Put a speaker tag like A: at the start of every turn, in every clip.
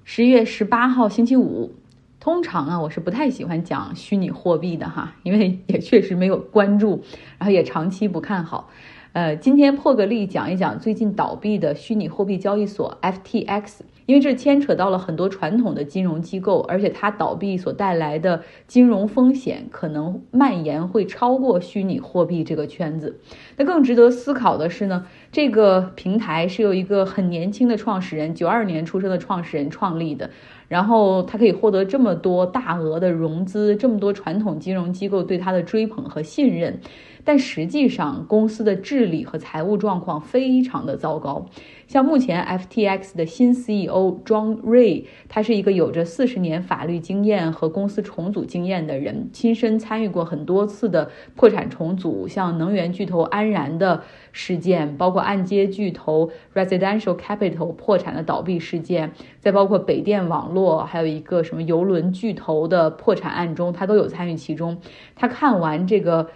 A: 11月18号星期五。通常我是不太喜欢讲虚拟货币的哈，因为也确实没有关注，然后也长期不看好。今天破个例讲一讲最近倒闭的虚拟货币交易所 FTX， 因为这牵扯到了很多传统的金融机构，而且它倒闭所带来的金融风险可能蔓延会超过虚拟货币这个圈子。那更值得思考的是呢，这个平台是由一个很年轻的创始人，92年出生的创始人创立的。然后他可以获得这么多大额的融资，这么多传统金融机构对他的追捧和信任，但实际上公司的治理和财务状况非常的糟糕。像目前 FTX 的新 CEO John Ray， 他是一个有着40年法律经验和公司重组经验的人，亲身参与过很多次的破产重组，像能源巨头安然的事件，包括按揭巨头 Residential Capital 破产的倒闭事件，再包括北电网络，还有一个什么邮轮巨头的破产案中，他都有参与其中。他看完这个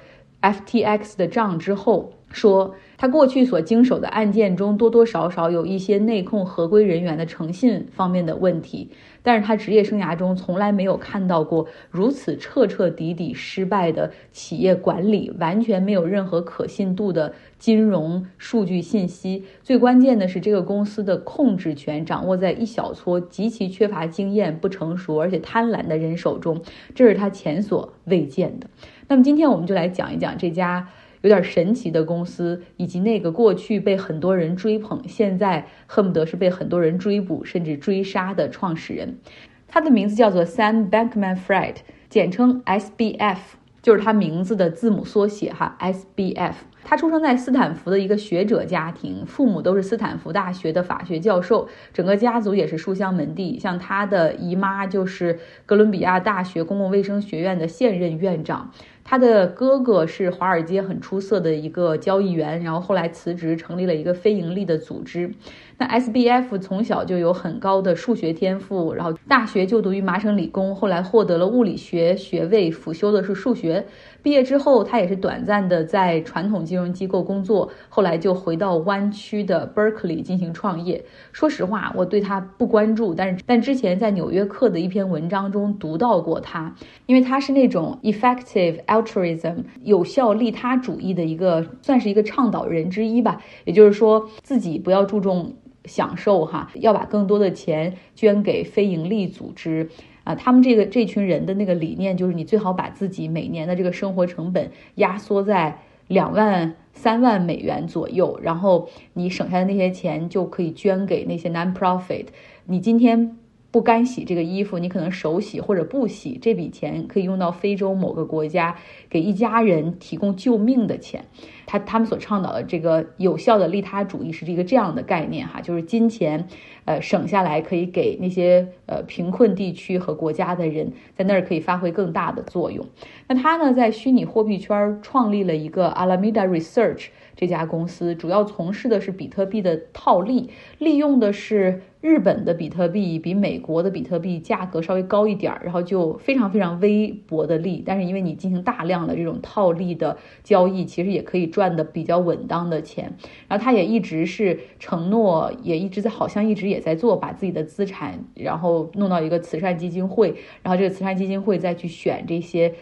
A: FTX 的账之后说，他过去所经手的案件中多多少少有一些内控合规人员的诚信方面的问题，但是他职业生涯中从来没有看到过如此彻彻底底失败的企业管理，完全没有任何可信度的金融数据信息。最关键的是，这个公司的控制权掌握在一小撮极其缺乏经验、不成熟而且贪婪的人手中，这是他前所未见的。那么今天我们就来讲一讲这家有点神奇的公司，以及那个过去被很多人追捧，现在恨不得是被很多人追捕甚至追杀的创始人。他的名字叫做 Sam Bankman-Fried， 简称 SBF， 就是他名字的字母缩写哈 SBF。 他出生在斯坦福的一个学者家庭，父母都是斯坦福大学的法学教授，整个家族也是书香门第。像他的姨妈就是哥伦比亚大学公共卫生学院的现任院长，他的哥哥是华尔街很出色的一个交易员，然后后来辞职成立了一个非盈利的组织。那 SBF 从小就有很高的数学天赋，然后大学就读于麻省理工，后来获得了物理学学位，辅修的是数学。毕业之后他也是短暂的在传统金融机构工作，后来就回到湾区的 Berkeley 进行创业。说实话我对他不关注，但之前在纽约客的一篇文章中读到过他，因为他是那种 effective altruism 有效利他主义的算是一个倡导人之一吧。也就是说自己不要注重享受要把更多的钱捐给非盈利组织他们这群人的那个理念就是你最好把自己每年的这个生活成本压缩在2万3万美元左右，然后你省下的那些钱就可以捐给那些 non-profit。 你今天不干洗这个衣服，你可能手洗或者不洗，这笔钱可以用到非洲某个国家，给一家人提供救命的钱。他们所倡导的这个有效的利他主义是这样的概念就是金钱省下来可以给那些贫困地区和国家的人，在那儿可以发挥更大的作用。那他呢在虚拟货币圈创立了一个 Alameda Research 这家公司，主要从事的是比特币的套利，利用的是日本的比特币比美国的比特币价格稍微高一点，然后就非常非常微薄的利，但是因为你进行大量的这种套利的交易，其实也可以赚的比较稳当的钱。然后他也一直是承诺，好像一直也在做，把自己的资产然后弄到一个慈善基金会，然后这个慈善基金会再去选这些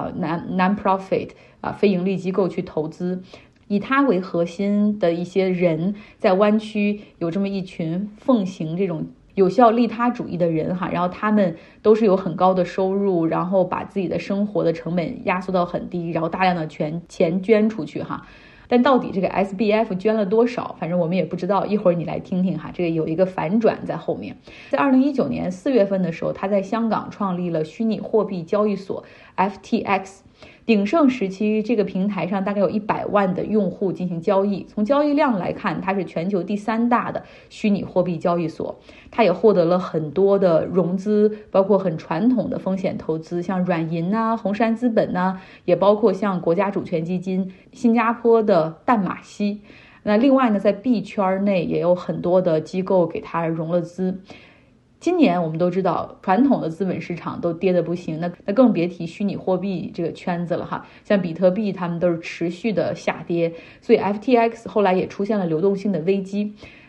A: non-profit 非盈利机构去投资。以他为核心的一些人，在湾区有这么一群奉行这种有效利他主义的人然后他们都是有很高的收入，然后把自己的生活的成本压缩到很低，然后大量的钱捐出去但到底这个 SBF 捐了多少，反正我们也不知道，一会儿你来听听这个有一个反转在后面。在2019年4月份的时候，他在香港创立了虚拟货币交易所 FTX。鼎盛时期，这个平台上大概有100万的用户进行交易，从交易量来看，它是全球第3大的虚拟货币交易所。它也获得了很多的融资，包括很传统的风险投资，像软银红杉资本也包括像国家主权基金、新加坡的淡马锡。那另外呢，在币圈内也有很多的机构给它融了资。今年我们都知道传统的资本市场都跌得不行，那更别提虚拟货币这个圈子了像比特币他们都是持续的下跌，所以 FTX 后来也出现了流动性的危机。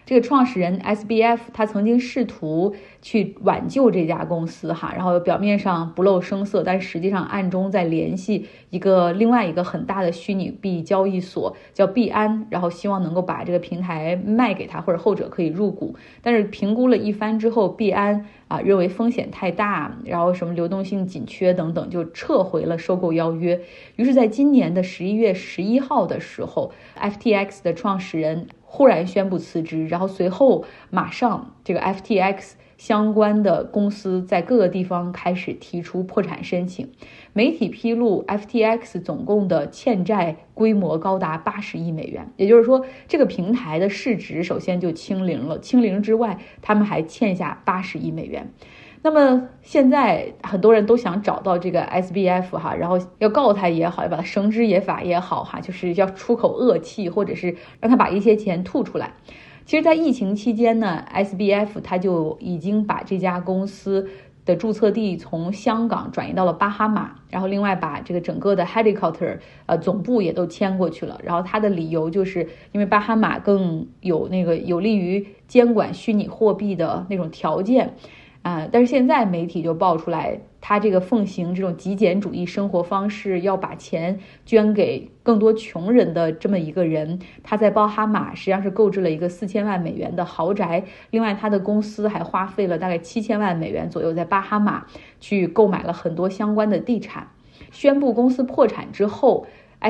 A: 这个创始人 SBF 他曾经试图去挽救这家公司哈，然后表面上不露声色，但实际上暗中在联系另外一个很大的虚拟币交易所叫币安，然后希望能够把这个平台卖给他，或者后者可以入股。但是评估了一番之后，币安认为风险太大，然后什么流动性紧缺等等，就撤回了收购邀约。于是在今年的11月11号的时候， FTX 的创始人忽然宣布辞职，然后随后马上这个 FTX 相关的公司在各个地方开始提出破产申请。媒体披露 FTX 总共的欠债规模高达80亿美元，也就是说这个平台的市值首先就清零了，清零之外他们还欠下80亿美元。那么现在很多人都想找到这个 SBF 哈，然后要告他也好，要把他绳之以法也好哈，就是要出口恶气，或者是让他把一些钱吐出来。其实在疫情期间呢， SBF 他就已经把这家公司的注册地从香港转移到了巴哈马，然后另外把这个整个的 headquarter 总部也都迁过去了。然后他的理由就是因为巴哈马更有利于监管虚拟货币的那种条件。但是现在媒体就爆出来，他这个奉行这种极简主义生活方式，要把钱捐给更多穷人的这么一个人，他在巴哈马实际上是购置了一个4000万美元的豪宅，另外他的公司还花费了大概7000万美元左右在巴哈马去购买了很多相关的地产。宣布公司破产之后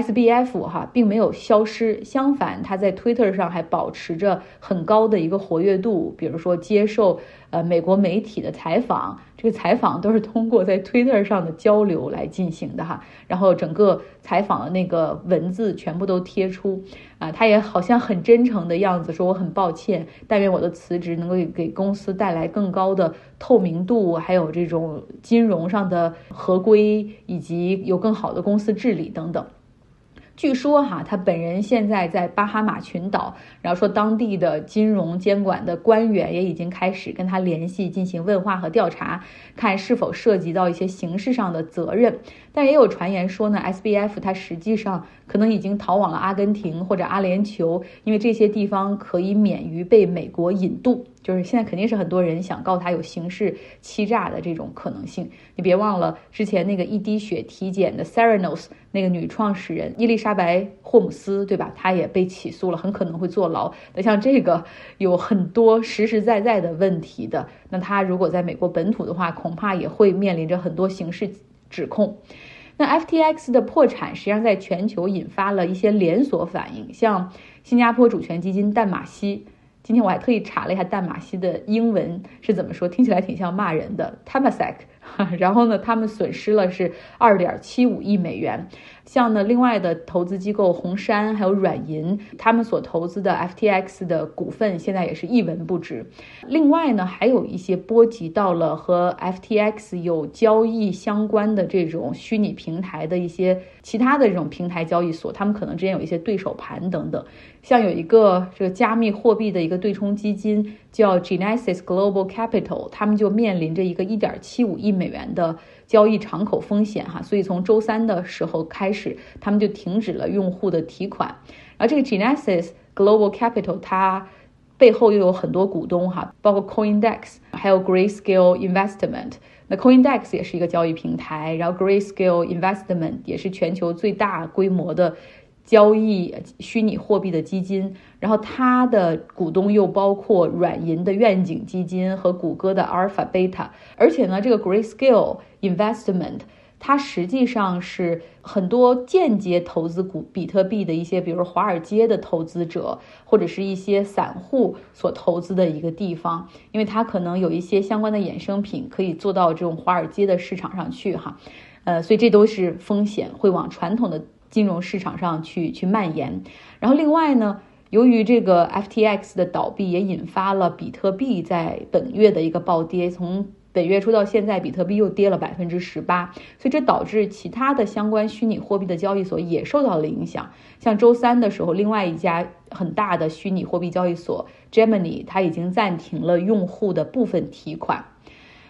A: ，SBF 并没有消失，相反他在 Twitter 上还保持着很高的一个活跃度，比如说接受美国媒体的采访，这个采访都是通过在 Twitter 上的交流来进行的哈，然后整个采访的那个文字全部都贴出他也好像很真诚的样子说我很抱歉，但愿我的辞职能够给公司带来更高的透明度，还有这种金融上的合规，以及有更好的公司治理等等。据说他本人现在在巴哈马群岛，然后说当地的金融监管的官员也已经开始跟他联系，进行问话和调查，看是否涉及到一些刑事上的责任。但也有传言说呢 SBF 他实际上可能已经逃往了阿根廷或者阿联酋，因为这些地方可以免于被美国引渡。就是现在肯定是很多人想告他有刑事欺诈的这种可能性。你别忘了之前那个一滴血体检的 Theranos 那个女创始人伊丽莎白霍姆斯，对吧？她也被起诉了，很可能会坐牢。那像这个有很多实实在在的问题的，那她如果在美国本土的话，恐怕也会面临着很多刑事指控。那 FTX 的破产实际上在全球引发了一些连锁反应，像新加坡主权基金淡马锡，今天我还特意查了一下淡马锡的英文是怎么说，听起来挺像骂人的 Temasek 然后呢他们损失了是 2.75 亿美元。像呢另外的投资机构红杉还有软银，他们所投资的 FTX 的股份现在也是一文不值。另外呢还有一些波及到了和 FTX 有交易相关的这种虚拟平台的一些其他的这种平台交易所，他们可能之间有一些对手盘等等。像有一个这个加密货币的一个对冲基金叫 Genesis Global Capital， 他们就面临着一个 1.75 亿美元的交易敞口风险所以从周三的时候开始，他们就停止了用户的提款。而这个 Genesis Global Capital 它背后又有很多股东包括 CoinDex 还有 Grayscale Investment。那 CoinDex 也是一个交易平台，然后 Grayscale Investment 也是全球最大规模的交易虚拟货币的基金，然后它的股东又包括软银的愿景基金和谷歌的阿尔法贝塔。而且呢这个 Grayscale Investment 它实际上是很多间接投资比特币的一些比如华尔街的投资者或者是一些散户所投资的一个地方，因为它可能有一些相关的衍生品可以做到这种华尔街的市场上去所以这都是风险会往传统的金融市场上去蔓延。然后另外呢由于这个 FTX 的倒闭也引发了比特币在本月的一个暴跌，从本月初到现在比特币又跌了 18%， 所以这导致其他的相关虚拟货币的交易所也受到了影响。像周三的时候另外一家很大的虚拟货币交易所 Gemini 它已经暂停了用户的部分提款。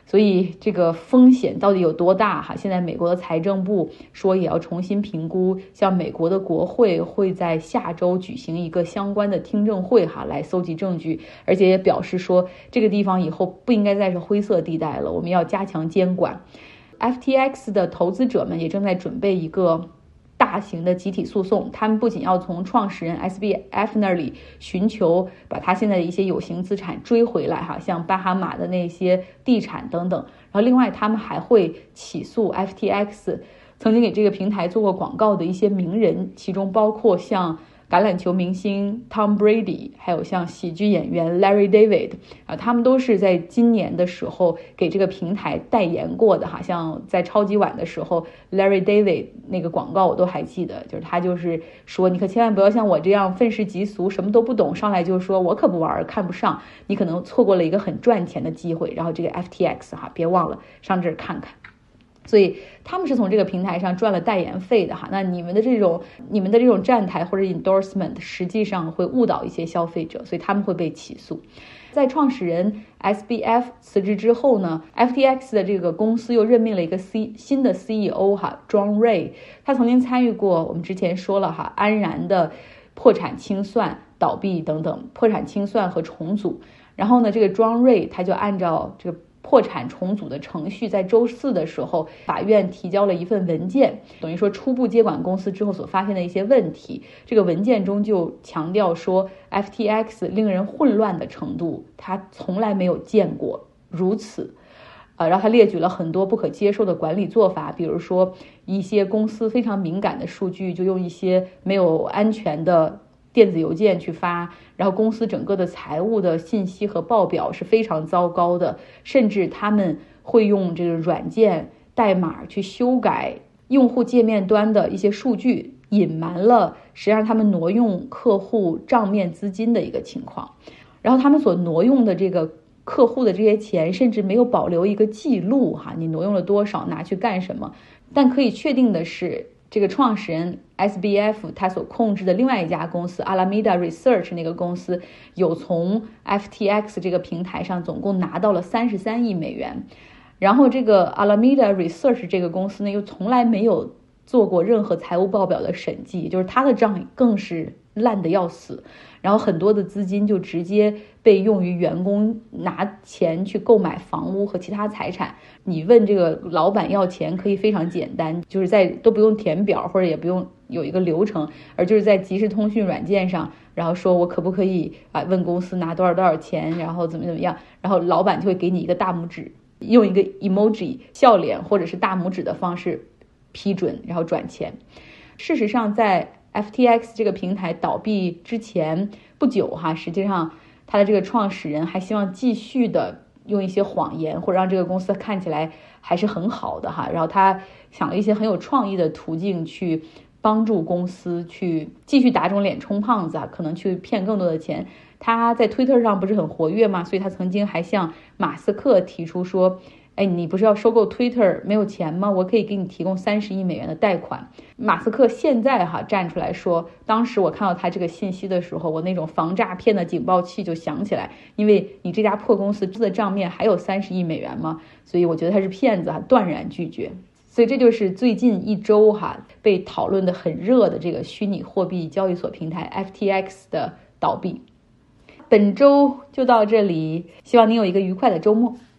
A: 所以这个风险到底有多大哈？现在美国的财政部说也要重新评估，像美国的国会会在下周举行一个相关的听证会哈，来搜集证据，而且也表示说这个地方以后不应该再是灰色地带了，我们要加强监管。FTX 的投资者们也正在准备一个大型的集体诉讼，他们不仅要从创始人 SBF 那里寻求把他现在的一些有形资产追回来哈，像巴哈马的那些地产等等，然后另外他们还会起诉 FTX 曾经给这个平台做过广告的一些名人，其中包括像橄榄球明星 Tom Brady， 还有像喜剧演员 Larry David 他们都是在今年的时候给这个平台代言过的哈，像在超级碗的时候 Larry David 那个广告我都还记得，就是他就是说你可千万不要像我这样愤世嫉俗什么都不懂，上来就说我可不玩看不上，你可能错过了一个很赚钱的机会，然后这个 FTX 哈别忘了上这儿看看。所以他们是从这个平台上赚了代言费的哈，那你们的这种站台或者 endorsement 实际上会误导一些消费者，所以他们会被起诉。在创始人 SBF 辞职之后呢 ，FTX 的这个公司又任命了一个新的 CEO 哈 ，John Ray， 他曾经参与过我们之前说了哈，安然的破产清算、倒闭等等，破产清算和重组。然后呢，这个 John Ray 他就按照这个破产重组的程序，在周四的时候，法院提交了一份文件，等于说初步接管公司之后所发现的一些问题。这个文件中就强调说 ，FTX 令人混乱的程度，他从来没有见过如此。然后他列举了很多不可接受的管理做法，比如说一些公司非常敏感的数据，就用一些没有安全的电子邮件去发，然后公司整个的财务的信息和报表是非常糟糕的，甚至他们会用这个软件代码去修改用户界面端的一些数据，隐瞒了实际上他们挪用客户账面资金的一个情况。然后他们所挪用的这个客户的这些钱甚至没有保留一个记录哈，你挪用了多少，拿去干什么。但可以确定的是，这个创始人 SBF 他所控制的另外一家公司 Alameda Research 那个公司有从 FTX 这个平台上总共拿到了33亿美元，然后这个 Alameda Research 这个公司呢又从来没有做过任何财务报表的审计，就是他的账更是烂得要死，然后很多的资金就直接被用于员工拿钱去购买房屋和其他财产。你问这个老板要钱可以非常简单，就是都不用填表或者也不用有一个流程，而就是在即时通讯软件上，然后说我可不可以问公司拿多少钱，然后怎么样，然后老板就会给你一个大拇指，用一个 emoji 笑脸或者是大拇指的方式批准，然后转钱。事实上在FTX 这个平台倒闭之前不久哈，实际上他的这个创始人还希望继续的用一些谎言或者让这个公司看起来还是很好的哈，然后他想了一些很有创意的途径去帮助公司去继续打肿脸充胖子可能去骗更多的钱。他在推特上不是很活跃嘛，所以他曾经还向马斯克提出说，你不是要收购 Twitter 没有钱吗？我可以给你提供30亿美元的贷款。马斯克现在站出来说，当时我看到他这个信息的时候，我那种防诈骗的警报器就响起来，因为你这家破公司的账面还有30亿美元吗？所以我觉得他是骗子断然拒绝。所以这就是最近一周被讨论的很热的这个虚拟货币交易所平台 FTX 的倒闭。本周就到这里，希望你有一个愉快的周末。